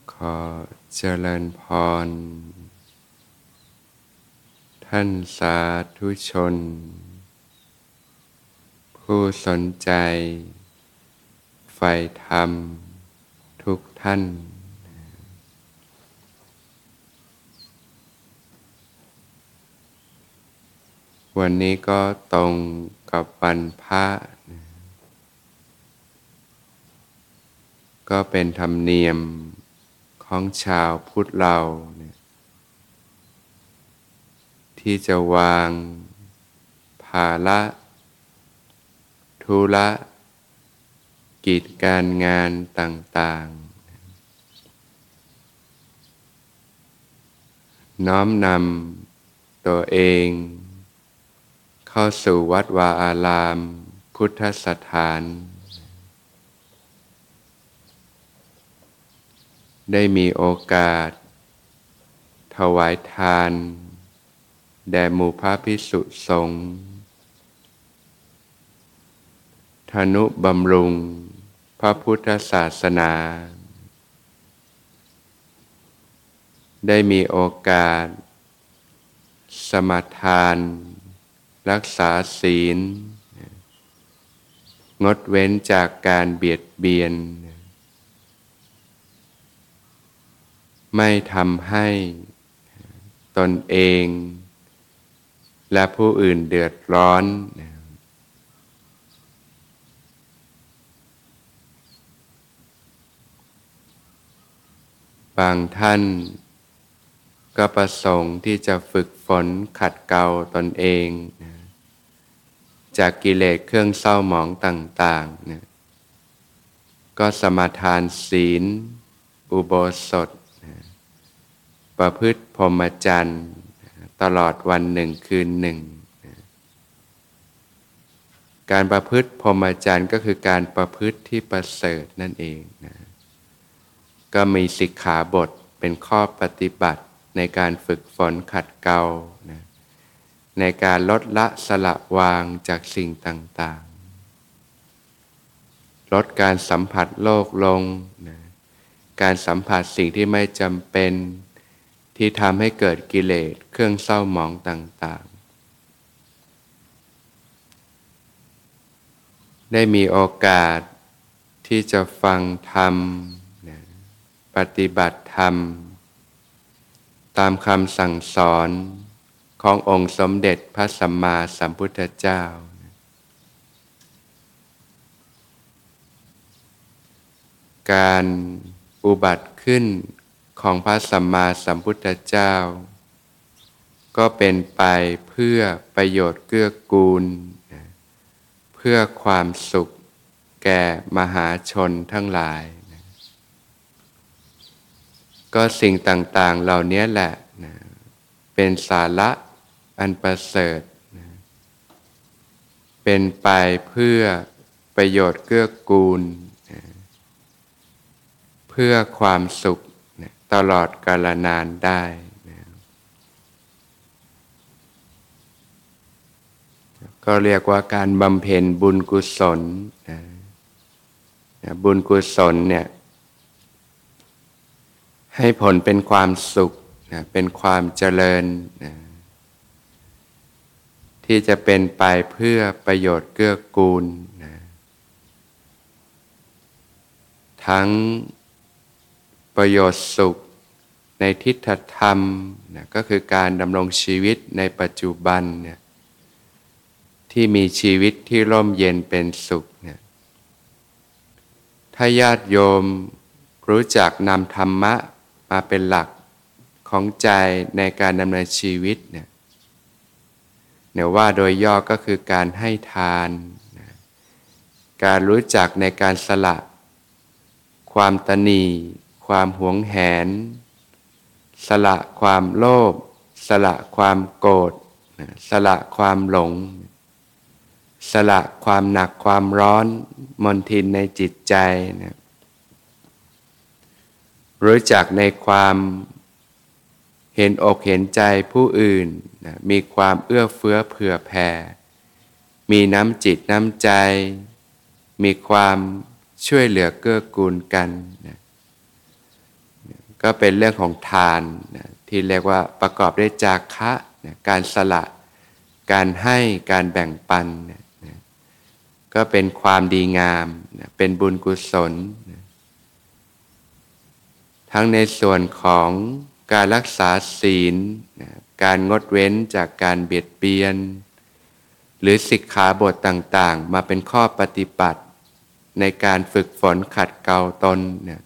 ขอเจริญพรท่านสาธุชนผู้สนใจใฝ่ธรรมทุกท่านวันนี้ก็ตรงกับวันพระก็เป็นธรรมเนียมของชาวพุทธเราที่จะวางภาระธุระกิจการงานต่างๆน้อมนำตัวเองเข้าสู่วัดวาอารามพุทธสถานได้มีโอกาสถวายทานแด่หมู่พระภิกษุสงฆ์ทนุบำรุงพระพุทธศาสนาได้มีโอกาสสมาทานรักษาศีลงดเว้นจากการเบียดเบียนไม่ทำให้ตนเองและผู้อื่นเดือดร้อนบางท่านก็ประสงค์ที่จะฝึกฝนขัดเกลาตนเองจากกิเลสเครื่องเศร้าหมองต่างๆก็สมาทานศีลอุโบสถประพฤติพรหมจรรย์ตลอดวันหนึ่งคืนหนึ่งการประพฤติพรหมจรรย์ก็คือการประพฤติที่ประเสริฐนั่นเองก็มีสิกขาบทเป็นข้อปฏิบัติในการฝึกฝนขัดเกลาในการลดละสละวางจากสิ่งต่างๆลดการสัมผัสโลกลงการสัมผัสสิ่งที่ไม่จำเป็นที่ทำให้เกิดกิเลสเครื่องเศร้าหมองต่างๆได้มีโอกาสที่จะฟังธรรมปฏิบัติธรรมตามคำสั่งสอนขององค์สมเด็จพระสัมมาสัมพุทธเจ้าการอุบัติขึ้นของพระสัมมาสัมพุทธเจ้าก็เป็นไปเพื่อประโยชน์เกื้อกูลเพื่อความสุขแก่มหาชนทั้งหลายก็สิ่งต่างๆเหล่านี้แหละเป็นสาระอันประเสริฐเป็นไปเพื่อประโยชน์เกื้อกูลเพื่อความสุขตลอดกาลนานได้ก็เรียกว่าการบำเพ็ญบุญกุศลบุญกุศลเนี่ยให้ผลเป็นความสุขเป็นความเจริญที่จะเป็นไปเพื่อประโยชน์เกื้อกูลทั้งประโยชน์สุขในทิฏฐธรรมก็คือการดำรงชีวิตในปัจจุบันที่มีชีวิตที่ร่มเย็นเป็นสุขถ้าญาติโยมรู้จักนำธรรมะมาเป็นหลักของใจในการดำเนินชีวิตเนี่ยว่าโดยย่อก็คือการให้ทานการรู้จักในการสละความตณีความหวงแหนสละความโลภสละความโกรธสละความหลงสละความหนักความร้อนมลทินในจิตใจรู้จักในความเห็นอกเห็นใจผู้อื่นมีความเอื้อเฟื้อเผื่อแผ่มีน้ำจิตน้ำใจมีความช่วยเหลือเกื้อกูลกันก็เป็นเรื่องของทานนะที่เรียกว่าประกอบด้วยจาคะนะการสละการให้การแบ่งปันนะก็เป็นความดีงามนะเป็นบุญกุศลนะทั้งในส่วนของการรักษาศีลนะการงดเว้นจากการเบียดเบียนหรือสิกขาบทต่างๆมาเป็นข้อปฏิบัติในการฝึกฝนขัดเกลาตนเนี่ย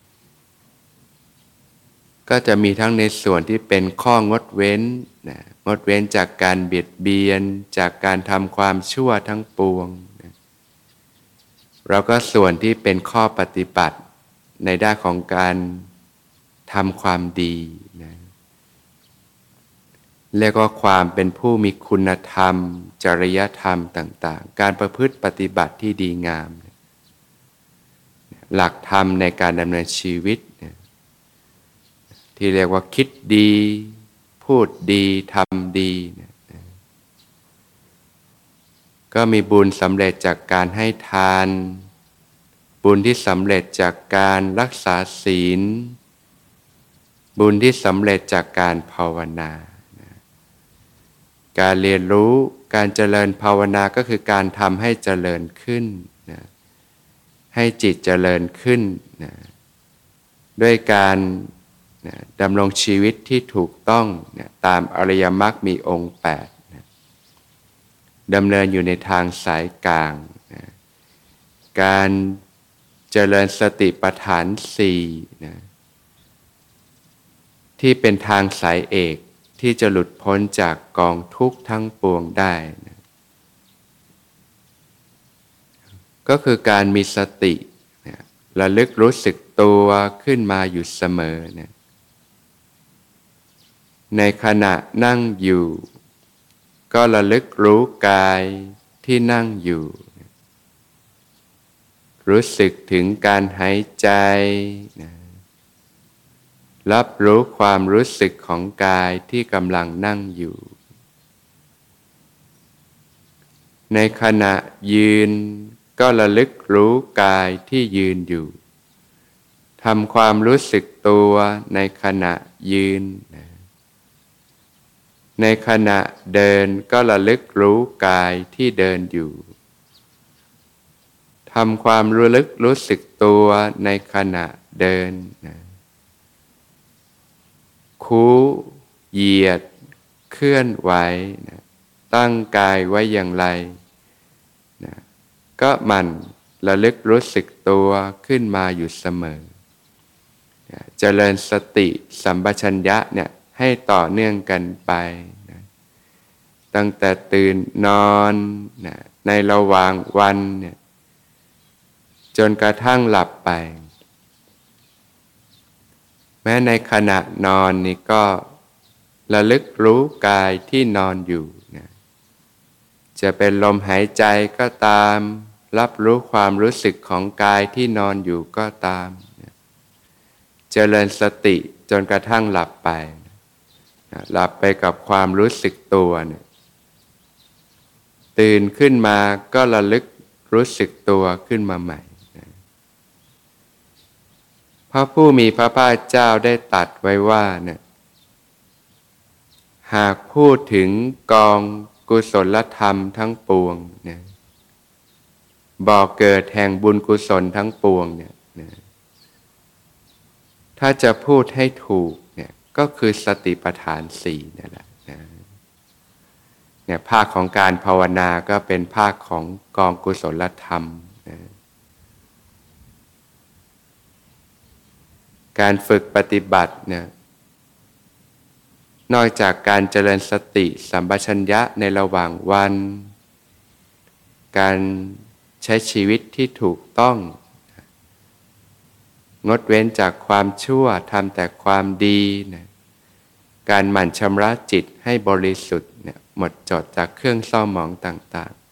ก็จะมีทั้งในส่วนที่เป็นข้องดเว้นนะงดเว้นจากการเบียดเบียนจากการทำความชั่วทั้งปวงนะแล้วก็ส่วนที่เป็นข้อปฏิบัติในด้านของการทำความดีนะเรียกว่าความเป็นผู้มีคุณธรรมจริยธรรมต่างๆการประพฤติปฏิบัติที่ดีงามหลักธรรมในการดำเนินชีวิตที่เรียกว่าคิดดีพูดดีทำดีก็มีบุญสำเร็จจากการให้ทานบุญที่สำเร็จจากการรักษาศีลบุญที่สำเร็จจากการภาวนาการเรียนรู้การเจริญภาวนาก็คือการทำให้เจริญขึ้นนะให้จิตเจริญขึ้นนะด้วยการนะดำรงชีวิตที่ถูกต้องนะตามอริยมรรคมีองค์8นะดำเนินอยู่ในทางสายกลางนะการเจริญสติปัฏฐาน4นะที่เป็นทางสายเอกที่จะหลุดพ้นจากกองทุกข์ทั้งปวงได้นะก็คือการมีสตินะระลึกรู้สึกตัวขึ้นมาอยู่เสมอนะในขณะนั่งอยู่ก็ระลึกรู้กายที่นั่งอยู่นะรู้สึกถึงการหายใจนะรับรู้ความรู้สึกของกายที่กำลังนั่งอยู่ในขณะยืนก็ระลึกรู้กายที่ยืนอยู่ทำความรู้สึกตัวในขณะยืนในขณะเดินก็ระลึกรู้กายที่เดินอยู่ทำความระลึกรู้สึกตัวในขณะเดินคู่เหยียดเคลื่อนไหวนะตั้งกายไว้อย่างไรนะก็มันระลึกรู้สึกตัวขึ้นมาอยู่เสมอนะเจริญสติสัมปชัญญะเนี่ยให้ต่อเนื่องกันไปนะตั้งแต่ตื่นนอนนะในระหว่างวันเนี่ยจนกระทั่งหลับไปแม้ในขณะนอนนี่ก็ระลึกรู้กายที่นอนอยู่นะจะเป็นลมหายใจก็ตามรับรู้ความรู้สึกของกายที่นอนอยู่ก็ตามนะเจริญสติจนกระทั่งหลับไปนะหลับไปกับความรู้สึกตัวเนี่ยตื่นขึ้นมาก็ระลึกรู้สึกตัวขึ้นมาใหม่พระผู้มีพระภาคเจ้าได้ตรัสไว้ว่าเนี่ยหากพูดถึงกองกุศลธรรมทั้งปวงเนี่ยบ่อเกิดแห่งบุญกุศลทั้งปวงเนี่ยถ้าจะพูดให้ถูกเนี่ยก็คือสติปัฏฐาน4นี่แหละเนี่ยภาคของการภาวนาก็เป็นภาคของกองกุศลธรรมการฝึกปฏิบัติเนี่ยนอกจากการเจริญสติสัมปชัญญะในระหว่างวันการใช้ชีวิตที่ถูกต้องงดเว้นจากความชั่วทำแต่ความดีนะการหมั่นชำระจิตให้บริสุทธิ์เนี่ยหมดจดจากเครื่องเศร้าหมองต่าง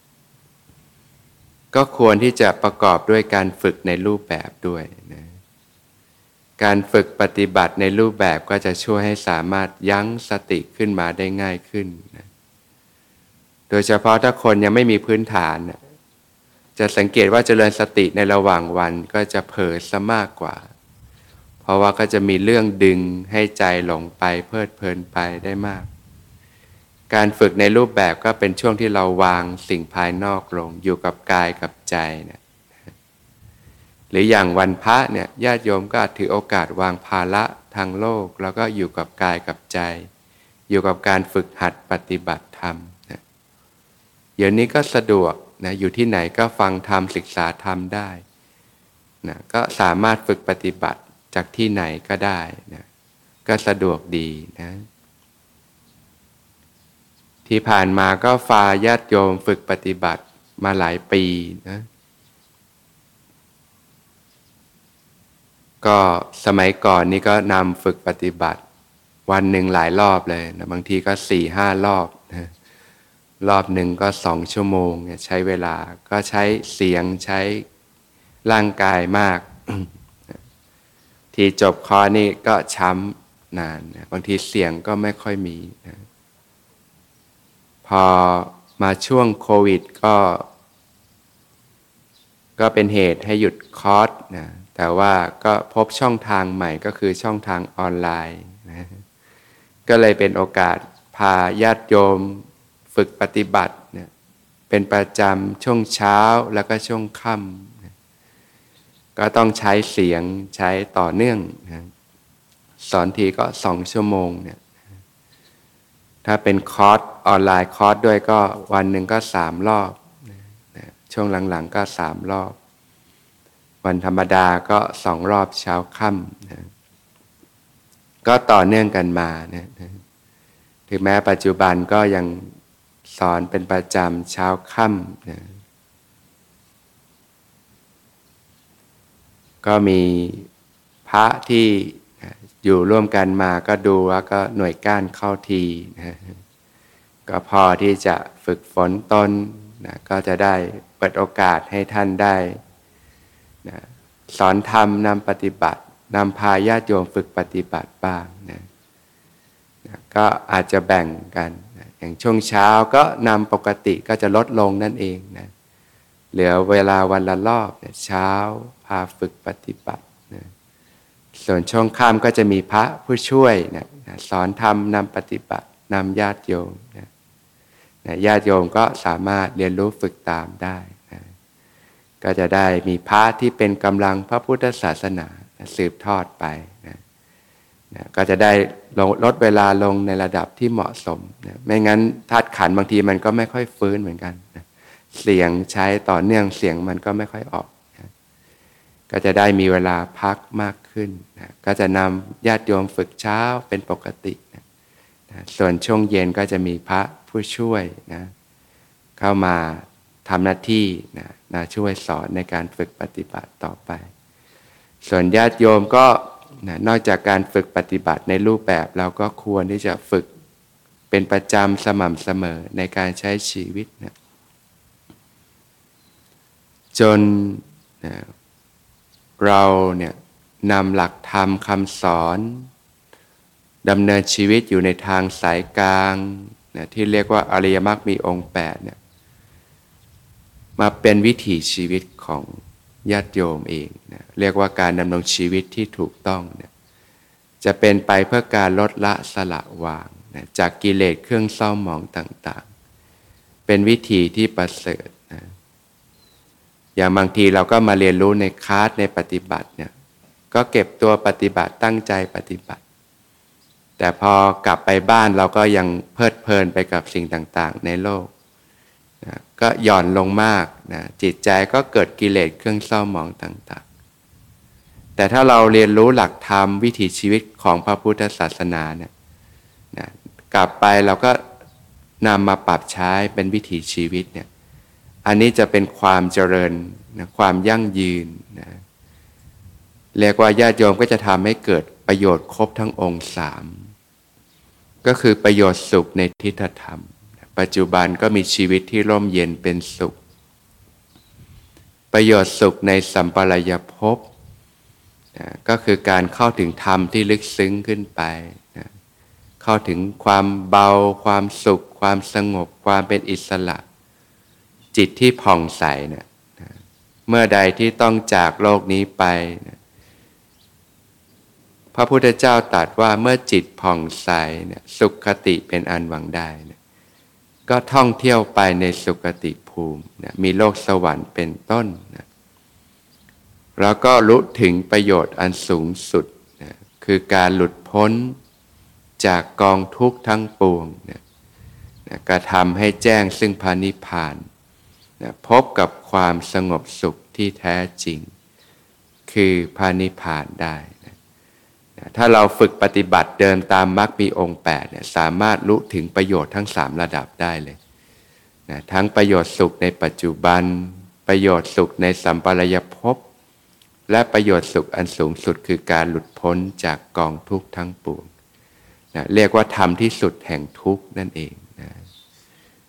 ๆก็ควรที่จะประกอบด้วยการฝึกในรูปแบบด้วยนะการฝึกปฏิบัติในรูปแบบก็จะช่วยให้สามารถยั้งสติขึ้นมาได้ง่ายขึ้นนะโดยเฉพาะถ้าคนยังไม่มีพื้นฐานนะจะสังเกตว่าเจริญสติในระหว่างวันก็จะเผลอซะมากกว่าเพราะว่าก็จะมีเรื่องดึงให้ใจหลงไปเพลิดเพลินไปได้มากการฝึกในรูปแบบก็เป็นช่วงที่เราวางสิ่งภายนอกลงอยู่กับกายกับใจเนี่ยหรืออย่างวันพระเนี่ยญาติโยมก็อาจถือโอกาสวางภาระทางโลกแล้วก็อยู่กับกายกับใจอยู่กับการฝึกหัดปฏิบัติธรรมนะเดี๋ยวนี้ก็สะดวกนะอยู่ที่ไหนก็ฟังธรรมศึกษาธรรมได้นะก็สามารถฝึกปฏิบัติจากที่ไหนก็ได้นะก็สะดวกดีนะที่ผ่านมาก็พาญาติโยมฝึกปฏิบัติมาหลายปีนะก็สมัยก่อนนี่ก็นำฝึกปฏิบัติวันหนึ่งหลายรอบเลยนะบางทีก็4-5 รอบนะรอบหนึ่งก็2 ชั่วโมงเนี่ยใช้เวลาก็ใช้เสียงใช้ร่างกายมาก ที่จบคอร์สนี่ก็ช้ำนานนะบางทีเสียงก็ไม่ค่อยมีนะพอมาช่วงโควิดก็เป็นเหตุให้หยุดคอร์สนะแต่ว่าก็พบช่องทางใหม่ก็คือช่องทางออนไลน์นะก็เลยเป็นโอกาสพาญาติโยมฝึกปฏิบัติเนี่ยเป็นประจำช่วงเช้าแล้วก็ช่วงค่ำนะก็ต้องใช้เสียงใช้ต่อเนื่องนะสอนทีก็2 ชั่วโมงเนี่ยถ้าเป็นคอร์สออนไลน์คอร์สด้วยก็วันหนึ่งก็3 รอบนะช่วงหลังๆก็3 รอบวันธรรมดาก็2 รอบเช้าค่ำนะก็ต่อเนื่องกันมานะถึงแม้ปัจจุบันก็ยังสอนเป็นประจำเช้าค่ำนะก็มีพระที่อยู่ร่วมกันมาก็ดูแล้วก็หน่วยก้านเข้าทีนะก็พอที่จะฝึกฝนตนนะก็จะได้เปิดโอกาสให้ท่านได้นะสอนธรรมนำปฏิบัตินำพาญาติโยมฝึกปฏิบัติบ้างนะก็อาจจะแบ่งกันนะอย่างช่วงเช้าก็นำปกติก็จะลดลงนั่นเองนะเหลือเวลาวันละรอบนะเช้าพาฝึกปฏิบัตินะส่วนช่วงค่ำก็จะมีพระผู้ช่วยนะสอนธรรมนำปฏิบัตินำญาติโยมนะญาติโยมก็สามารถเรียนรู้ฝึกตามได้นะก็จะได้มีพระที่เป็นกำลังพระพุทธศาสนานะสืบทอดไปนะก็จะได้ลดเวลาลงในระดับที่เหมาะสมนะไม่งั้นธาตุขันธ์บางทีมันก็ไม่ค่อยฟื้นเหมือนกันนะเสียงใช้ต่อเนื่องเสียงมันก็ไม่ค่อยออกนะก็จะได้มีเวลาพักมากขึ้นนะก็จะนำญาติโยมฝึกเช้าเป็นปกตินะส่วนช่วงเย็นก็จะมีพระผู้ช่วยนะเข้ามาทำหน้าที่นะช่วยสอนในการฝึกปฏิบัติต่อไปส่วนญาติโยมก็นอกจากการฝึกปฏิบัติในรูปแบบเราก็ควรที่จะฝึกเป็นประจำสม่ำเสมอในการใช้ชีวิตนะจนเราเนี่ยนำหลักธรรมคำสอนดำเนินชีวิตอยู่ในทางสายกลางนะที่เรียกว่าอริยมรรคมีองค์8เนี่ยมาเป็นวิถีชีวิตของญาติโยมเองนะเรียกว่าการดำรงชีวิตที่ถูกต้องเนี่ยจะเป็นไปเพื่อการลดละสละวางนะจากกิเลสเครื่องเศร้าหมองต่างๆเป็นวิถีที่ประเสริฐนะอย่างบางทีเราก็มาเรียนรู้ในคลาสในปฏิบัติเนี่ยก็เก็บตัวปฏิบัติตั้งใจปฏิบัติแต่พอกลับไปบ้านเราก็ยังเพลิดเพลินไปกับสิ่งต่างๆในโลกนะก็หย่อนลงมากนะจิตใจก็เกิดกิเลสเครื่องเศร้าหมองต่างๆแต่ถ้าเราเรียนรู้หลักธรรมวิถีชีวิตของพระพุทธศาสนาเนี่ยนะกลับไปเราก็นำมาปรับใช้เป็นวิถีชีวิตเนี่ยอันนี้จะเป็นความเจริญนะความยั่งยืนนะเรียกว่าญาติโยมก็จะทำให้เกิดประโยชน์ครบทั้งองค์3ก็คือประโยชน์สุขในทิฏฐธรรมปัจจุบันก็มีชีวิตที่ร่มเย็นเป็นสุขประโยชน์สุขในสัมปรายภพนะก็คือการเข้าถึงธรรมที่ลึกซึ้งขึ้นไปนะเข้าถึงความเบาความสุขความสงบความเป็นอิสระจิตที่ผ่องใสนะเมื่อใดที่ต้องจากโลกนี้ไปนะพระพุทธเจ้าตรัสว่าเมื่อจิตผ่องใสเนี่ยสุขติเป็นอันหวังได้เนี่ยก็ท่องเที่ยวไปในสุคติภูมินะมีโลกสวรรค์เป็นต้นนะแล้วก็รู้ถึงประโยชน์อันสูงสุดนะคือการหลุดพ้นจากกองทุกข์ทั้งปวงนะกระทำให้แจ้งซึ่งพระนิพพานนะพบกับความสงบสุขที่แท้จริงคือพระนิพพานได้นะถ้าเราฝึกปฏิบัติเดินตามมรรคมีองค์8เนี่ยสามารถรู้ถึงประโยชน์ทั้ง3ระดับได้เลยนะทั้งประโยชน์สุขในปัจจุบันประโยชน์สุขในสัมปรายภพและประโยชน์สุขอันสูงสุดคือการหลุดพ้นจากกองทุกข์ทั้งปวงนะเรียกว่าธรรมที่สุดแห่งทุกข์นั่นเอง